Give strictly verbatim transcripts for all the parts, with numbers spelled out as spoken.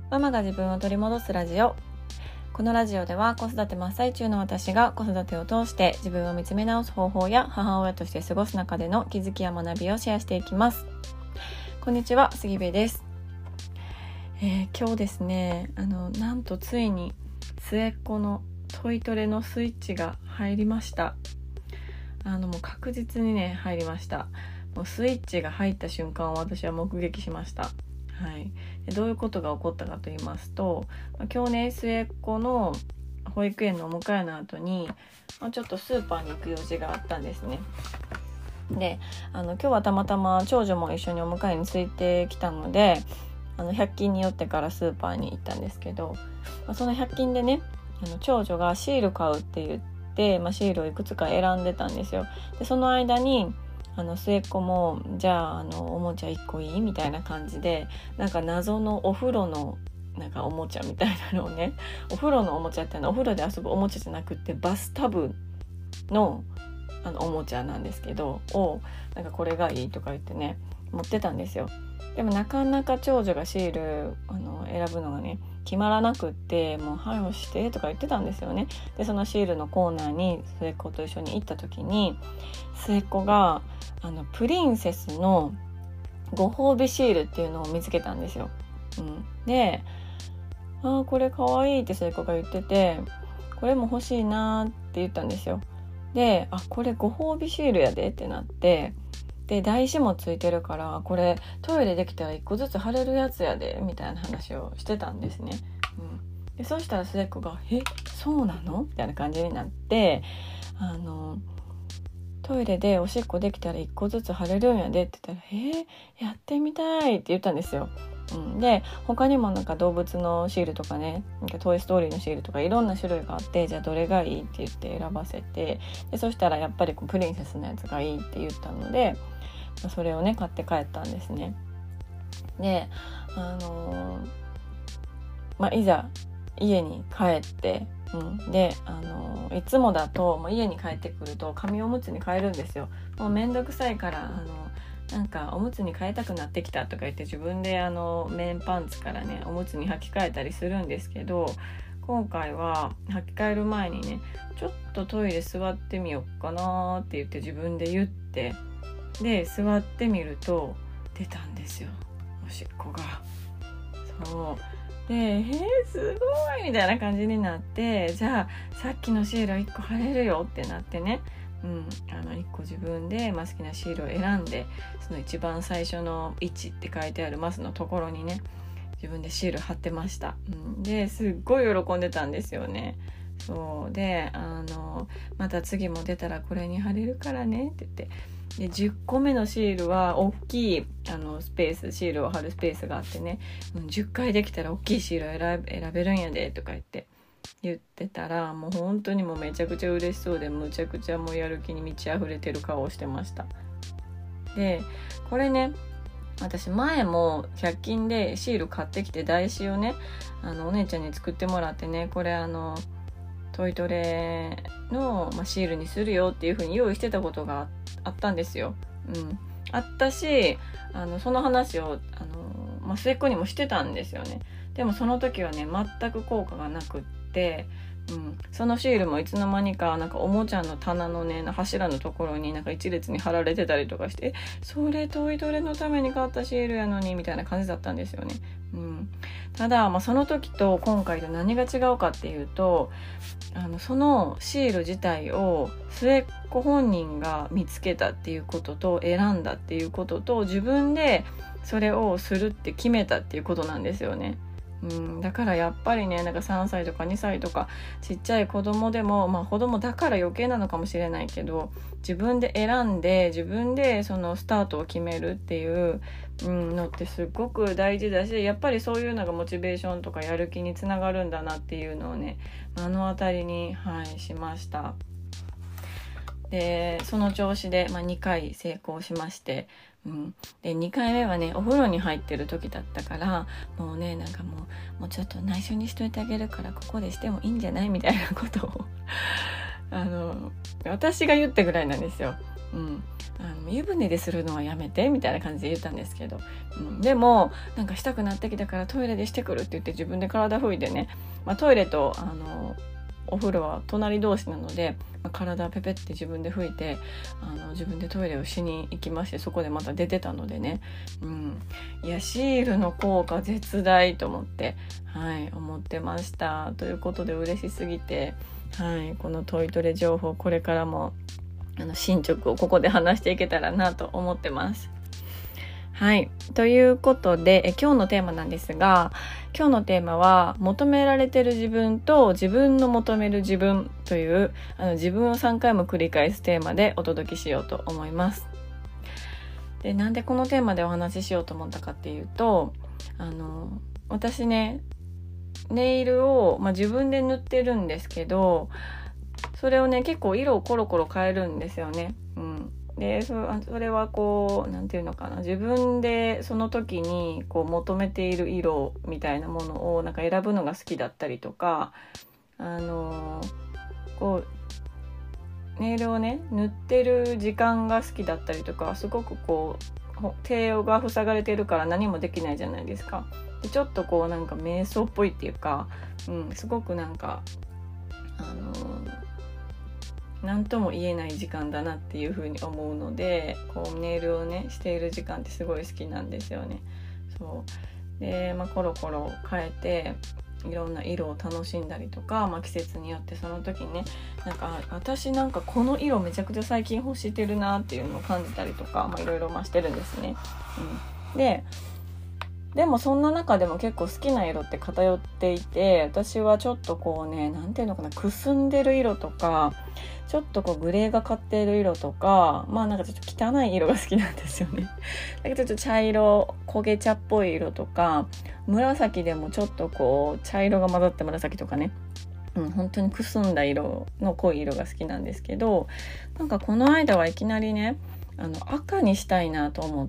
ママが自分を取り戻すラジオ。このラジオでは子育て真っ最中の私が子育てを通して自分を見つめ直す方法や母親として過ごす中での気づきや学びをシェアしていきます。こんにちは、杉部です。えー、今日ですねあのなんとついに末っ子のトイトレのスイッチが入りました。あのもう確実にね入りました。もうスイッチが入った瞬間を私は目撃しました。はい、でどういうことが起こったかと言いますと、まあ、今日ね末っ子の保育園のお迎えの後に、まあ、ちょっとスーパーに行く用事があったんですね。であの今日はたまたま長女も一緒にお迎えについてきたので、あのひゃく均に寄ってからスーパーに行ったんですけど、まあ、そのひゃく均でねあの長女がシール買うって言って、まあ、シールをいくつか選んでたんですよ。でその間にあの末っ子もじゃあ、あのおもちゃいっこいいみたいな感じで、なんか謎のお風呂のなんかおもちゃみたいなのをね、お風呂のおもちゃってのはお風呂で遊ぶおもちゃじゃなくてバスタブのあのおもちゃなんですけどをなんかこれがいいとか言ってね持ってたんですよ。でもなかなか長女がシールあの選ぶのがね決まらなくって、もうはい押してとか言ってたんですよね。でそのシールのコーナーに末っ子と一緒に行った時に、末っ子があのプリンセスのご褒美シールっていうのを見つけたんですよ。うん、であこれかわいいって末っ子が言ってて、これも欲しいなって言ったんですよ。であこれご褒美シールやでってなって、で台紙もついてるからこれトイレできたらいっこずつ貼れるやつやでみたいな話をしてたんですね。うん、でそしたら末っ子がえそうなのみたいな感じになって、あのトイレでおしっこできたらいっこずつ貼れるんやでって言ったらえー、やってみたいって言ったんですよ。うん、で他にもなんか動物のシールとかね、なんかトイストーリーのシールとかいろんな種類があって、じゃあどれがいいって言って選ばせて、でそしたらやっぱりこうプリンセスのやつがいいって言ったので、それをね買って帰ったんですね。であのー、まあいざ家に帰ってうん、で、あのいつもだともう家に帰ってくると紙おむつに変えるんですよ。もうめんどくさいからあのなんかおむつに変えたくなってきたとか言って自分であの綿パンツからねおむつに履き替えたりするんですけど、今回は履き替える前にねちょっとトイレ座ってみようかなって言って自分で言って、で座ってみると出たんですよ、おしっこが。そうでえー、すごいみたいな感じになって、じゃあさっきのシールいっこ貼れるよってなってね、うん、あのいっこ自分で、まあ、好きなシールを選んで、その一番最初のいちって書いてあるマスのところにね自分でシール貼ってました。うん、ですっごい喜んでたんですよね。そうであのまた次も出たらこれに貼れるからねって言って、でじゅっこめのシールは大きいあのスペースシールを貼るスペースがあってね、じゅっかいできたら大きいシールを選べ、選べるんやでとか言って言ってたら、もう本当にもうめちゃくちゃ嬉しそうで、むちゃくちゃもうやる気に満ち溢れてる顔をしてました。でこれね私前もひゃく均でシール買ってきて台紙をねあのお姉ちゃんに作ってもらってね、これあのトイトレの、まあ、シールにするよっていう風に用意してたことがあったんですよ。うん、あったしあのその話をあの、まあ、末っ子にもしてたんですよね。でもその時はね全く効果がなくって、うん、そのシールもいつの間にかなんかおもちゃの棚のね柱のところになんか一列に貼られてたりとかして、それトイトレのために買ったシールやのにみたいな感じだったんですよね。うん、ただ、まあ、その時と今回と何が違うかっていうと、あのそのシール自体を末っ子本人が見つけたっていうことと選んだっていうことと、自分でそれをするって決めたっていうことなんですよね。うん、だからやっぱりねなんかさんさいとかにさいとかちっちゃい子供でも、まあ子供だから余計なのかもしれないけど、自分で選んで自分でそのスタートを決めるっていうのってすごく大事だし、やっぱりそういうのがモチベーションとかやる気につながるんだなっていうのをね目の当たりに、はい、しました。でその調子で、まあ、にかい成功しまして、うん、でにかいめはねお風呂に入ってる時だったから、もうねなんかもう、もうちょっと内緒にしといてあげるからここでしてもいいんじゃないみたいなことをあの私が言ってぐらいなんですよ。 うん、あの湯船でするのはやめてみたいな感じで言ったんですけど、うん、でもなんかしたくなってきたからトイレでしてくるって言って自分で体拭いてね、まあ、トイレとあのお風呂は隣同士なので、まあ、体ペペって自分で拭いてあの自分でトイレをしに行きまして、そこでまた出てたのでね、うん、いやシールの効果絶大と思って、はい、思ってましたということで嬉しすぎて、はい、このトイトレ情報これからもあの進捗をここで話していけたらなと思ってます。はい。ということでえ今日のテーマなんですが、今日のテーマは求められてる自分と自分の求める自分というあの自分をさんかいも繰り返すテーマでお届けしようと思います。で、なんでこのテーマでお話ししようと思ったかっていうと、あの私ねネイルを、まあ、自分で塗ってるんですけど、それをね結構色をコロコロ変えるんですよね。うん。で そ, それはこうなんていうのかな、自分でその時にこう求めている色みたいなものをなんか選ぶのが好きだったりとか、あのー、こうネイルをね塗ってる時間が好きだったりとか、すごくこう手が塞がれてるから何もできないじゃないですか。でちょっとこうなんか瞑想っぽいっていうか、うん、すごくなんかあのー何とも言えない時間だなっていう風に思うので、こうネイルをねしている時間ってすごい好きなんですよね。そうで、まあ、コロコロ変えていろんな色を楽しんだりとか、まあ、季節によってその時にねなんか私なんかこの色めちゃくちゃ最近欲してるなっていうのを感じたりとか、まあ、いろいろましてるんですね。うん、ででもそんな中でも結構好きな色って偏っていて、私はちょっとこうねなんていうのかな、くすんでる色とかちょっとこうグレーがかっている色とか、まあなんかちょっと汚い色が好きなんですよね。だけどちょっと茶色焦げ茶っぽい色とか、紫でもちょっとこう茶色が混ざった紫とかね、うん、本当にくすんだ色の濃い色が好きなんですけど、なんかこの間はいきなりねあの赤にしたいなと思って、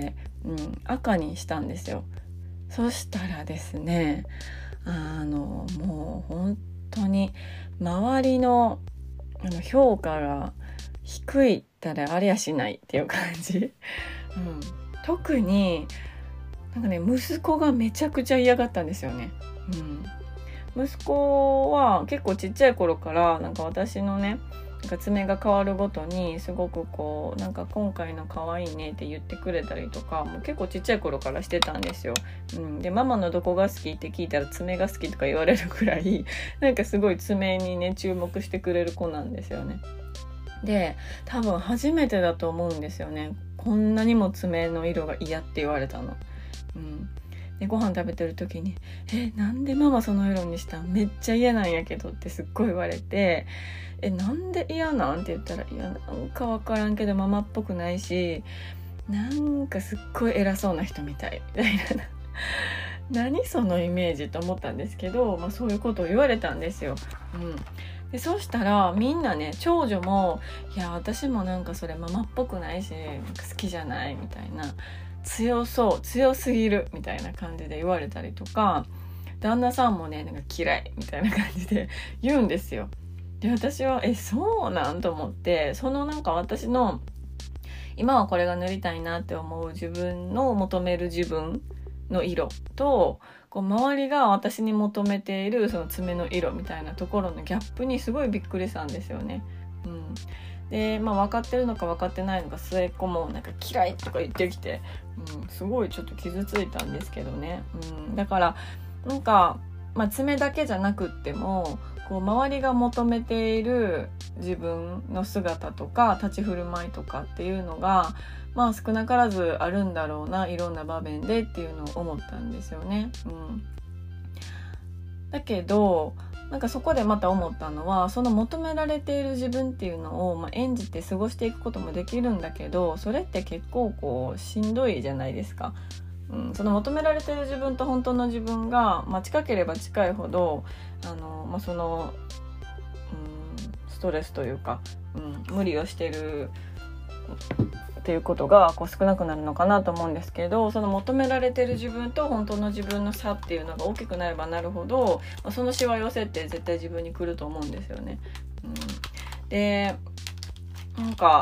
うん、赤にしたんですよ。そしたらですね、あのもう本当に周りのあの評価が低いったらありゃしないっていう感じ、うん、特になんかね息子がめちゃくちゃ嫌がったんですよね。うん、息子は結構ちっちゃい頃からなんか私のねなんか爪が変わるごとにすごくこうなんか今回の可愛いねって言ってくれたりとか、もう結構ちっちゃい頃からしてたんですよ。うん、でママのどこが好きって聞いたら爪が好きとか言われるくらいなんかすごい爪にね注目してくれる子なんですよね。で多分初めてだと思うんですよね、こんなにも爪の色が嫌って言われたの。うん、でご飯食べてる時にえなんでママその色にしたん、めっちゃ嫌なんやけどってすっごい言われて、えなんで嫌なんって言ったら、いやなんか分からんけどママっぽくないしなんかすっごい偉そうな人みたいみたいな何そのイメージと思ったんですけど、まあ、そういうことを言われたんですよ。うん、でそうしたらみんなね長女もいや私もなんかそれママっぽくないし好きじゃないみたいな、強そう強すぎるみたいな感じで言われたりとか、旦那さんもねなんか嫌いみたいな感じで言うんですよ。で私はえそうなんと思って、そのなんか私の今はこれが塗りたいなって思う自分の求める自分の色とこう周りが私に求めているその爪の色みたいなところのギャップにすごいびっくりしたんですよね。うん、で、まあ、分かってるのか分かってないのか末っ子もなんか嫌いとか言ってきて、うん、すごいちょっと傷ついたんですけどね。うん、だからなんか、まあ、爪だけじゃなくってもこう周りが求めている自分の姿とか立ち振る舞いとかっていうのがまあ少なからずあるんだろうな、いろんな場面でっていうのを思ったんですよね。うん、だけどなんかそこでまた思ったのは、その求められている自分っていうのを、まあ、演じて過ごしていくこともできるんだけど、それって結構こうしんどいじゃないですか。うん、その求められている自分と本当の自分が、まあ、近ければ近いほどあの、まあ、その、うん、ストレスというか、うん、無理をしているっていうことがこう少なくなるのかなと思うんですけど、その求められている自分と本当の自分の差っていうのが大きくなればなるほど、まあ、そのしわ寄せって絶対自分に来ると思うんですよね。うん、でなんか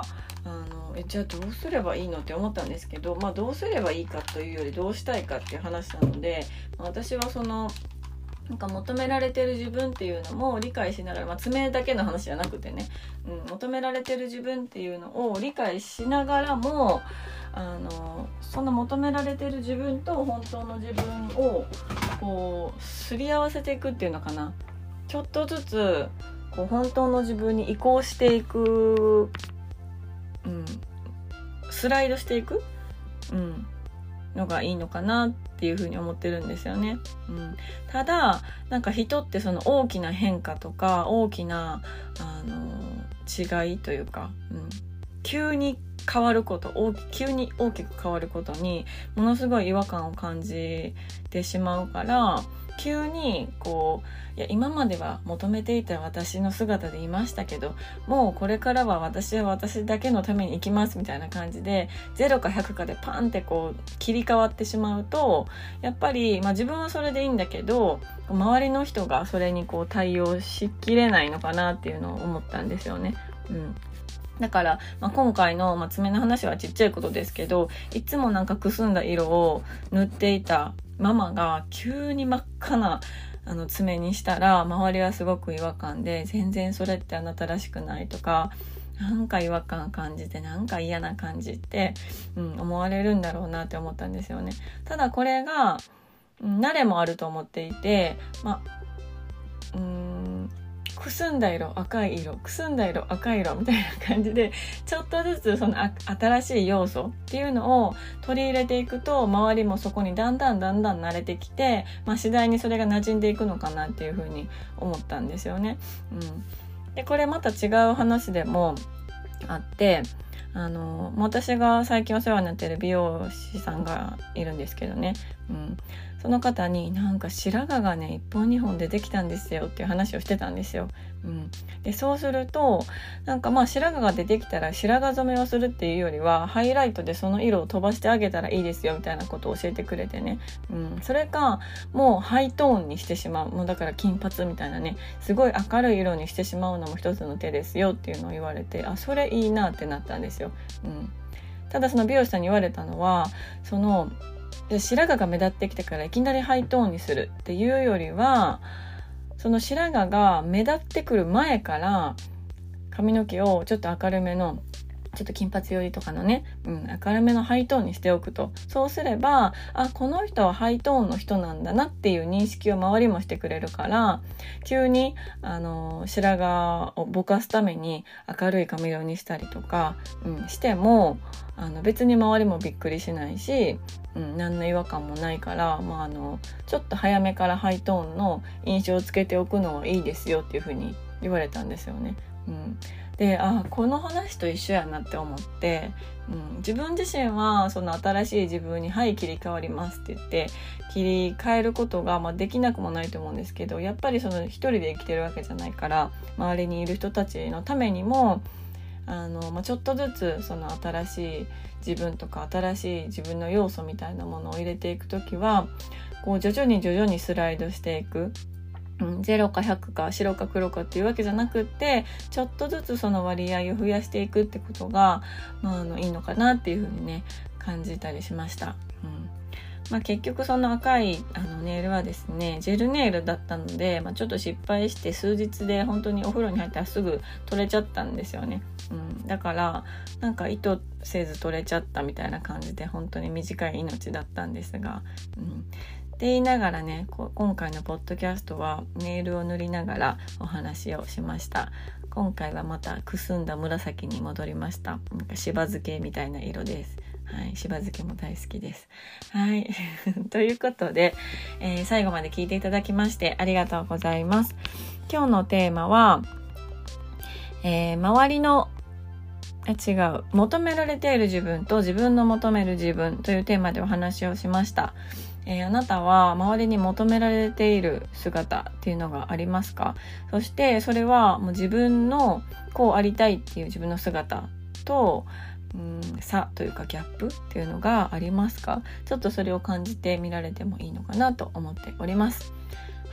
あのえじゃあどうすればいいのって思ったんですけど、まあ、どうすればいいかというよりどうしたいかっていう話なので、まあ、私はそのなんか求められてる自分っていうのも理解しながら、まあ、爪だけの話じゃなくてね、うん、求められてる自分っていうのを理解しながらも、あのその求められてる自分と本当の自分をこうすり合わせていくっていうのかな。ちょっとずつこう本当の自分に移行していく、うん、スライドしていく、うん、のがいいのかなっていうふうに思ってるんですよね。うん、ただなんか人ってその大きな変化とか大きなあの違いというか、うん、急に変わること急に大きく変わることにものすごい違和感を感じてしまうから、急にこういや今までは求めていた私の姿でいましたけど、もうこれからは私は私だけのために生きますみたいな感じでゼロかひゃくかでパンってこう切り替わってしまうと、やっぱり、まあ、自分はそれでいいんだけど周りの人がそれにこう対応しきれないのかなっていうのを思ったんですよね。うんだから、まあ、今回の、まあ、爪の話はちっちゃいことですけど、いつもなんかくすんだ色を塗っていたママが急に真っ赤なあの爪にしたら、周りはすごく違和感で、全然それってあなたらしくないとか、なんか違和感感じて、なんか嫌な感じって、うん、思われるんだろうなって思ったんですよね。ただこれが、うん、慣れもあると思っていて、まあ、うーんくすんだ色赤い色くすんだ色赤い色みたいな感じでちょっとずつその新しい要素っていうのを取り入れていくと、周りもそこにだんだんだんだん慣れてきて、まあ、次第にそれが馴染んでいくのかなっていうふうに思ったんですよね。うん、でこれまた違う話でもあって、あの私が最近お世話になっている美容師さんがいるんですけどね、うん、その方になんか白髪がねいっぽんにほんでできたんですよっていう話をしてたんですよ。うん、でそうするとなんかまあ白髪が出てきたら白髪染めをするっていうよりはハイライトでその色を飛ばしてあげたらいいですよみたいなことを教えてくれてね、うん、それかもうハイトーンにしてしまう、もうだから金髪みたいなねすごい明るい色にしてしまうのも一つの手ですよっていうのを言われて、あそれいいなってなったんですよ。うん、ただその美容師さんに言われたのは、その白髪が目立ってきてからいきなりハイトーンにするっていうよりは、その白髪が目立ってくる前から髪の毛をちょっと明るめのちょっと金髪寄りとかのね、うん、明るめのハイトーンにしておくと、そうすればあこの人はハイトーンの人なんだなっていう認識を周りもしてくれるから、急にあの白髪をぼかすために明るい髪色にしたりとか、うん、してもあの別に周りもびっくりしないし、うん、何の違和感もないから、まあ、あのちょっと早めからハイトーンの印象をつけておくのはいいですよっていうふうに言われたんですよね。うんであこの話と一緒やなって思って、うん、自分自身はその新しい自分にはい切り替わりますって言って切り替えることが、まあ、できなくもないと思うんですけど、やっぱりその一人で生きてるわけじゃないから、周りにいる人たちのためにもあの、まあ、ちょっとずつその新しい自分とか新しい自分の要素みたいなものを入れていくときは、こう徐々に徐々にスライドしていく。うん、ゼロかひゃくか白か黒かっていうわけじゃなくって、ちょっとずつその割合を増やしていくってことが、まあ、あのいいのかなっていうふうにね感じたりしました。うんまあ、結局その赤いあのネイルはですねジェルネイルだったので、まあ、ちょっと失敗して数日で本当にお風呂に入ったらすぐ取れちゃったんですよね。うん、だからなんか意図せず取れちゃったみたいな感じで本当に短い命だったんですが、うんって言いながらね、今回のポッドキャストはネイルを塗りながらお話をしました。今回はまたくすんだ紫に戻りました。なんかしば漬けみたいな色です。はい、しば漬けも大好きです。はい、ということで、えー、最後まで聞いていただきましてありがとうございます。今日のテーマは、えー、周りのあ違う求められている自分と自分の求める自分というテーマでお話をしました。えー、あなたは周りに求められている姿っていうのがありますか？そしてそれはもう自分のこうありたいっていう自分の姿とうん差というかギャップっていうのがありますか？ちょっとそれを感じてみられてもいいのかなと思っております。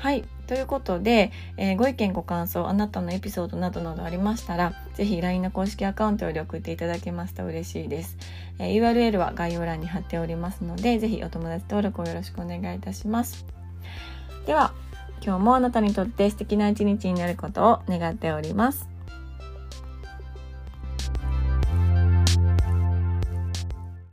はい、ということで、えー、ご意見ご感想、あなたのエピソードなどなどありましたら、ぜひ ライン の公式アカウントより送っていただけますと嬉しいです。えー、ユーアールエル は概要欄に貼っておりますので、ぜひお友達登録をよろしくお願いいたします。では、今日もあなたにとって素敵な一日になることを願っております。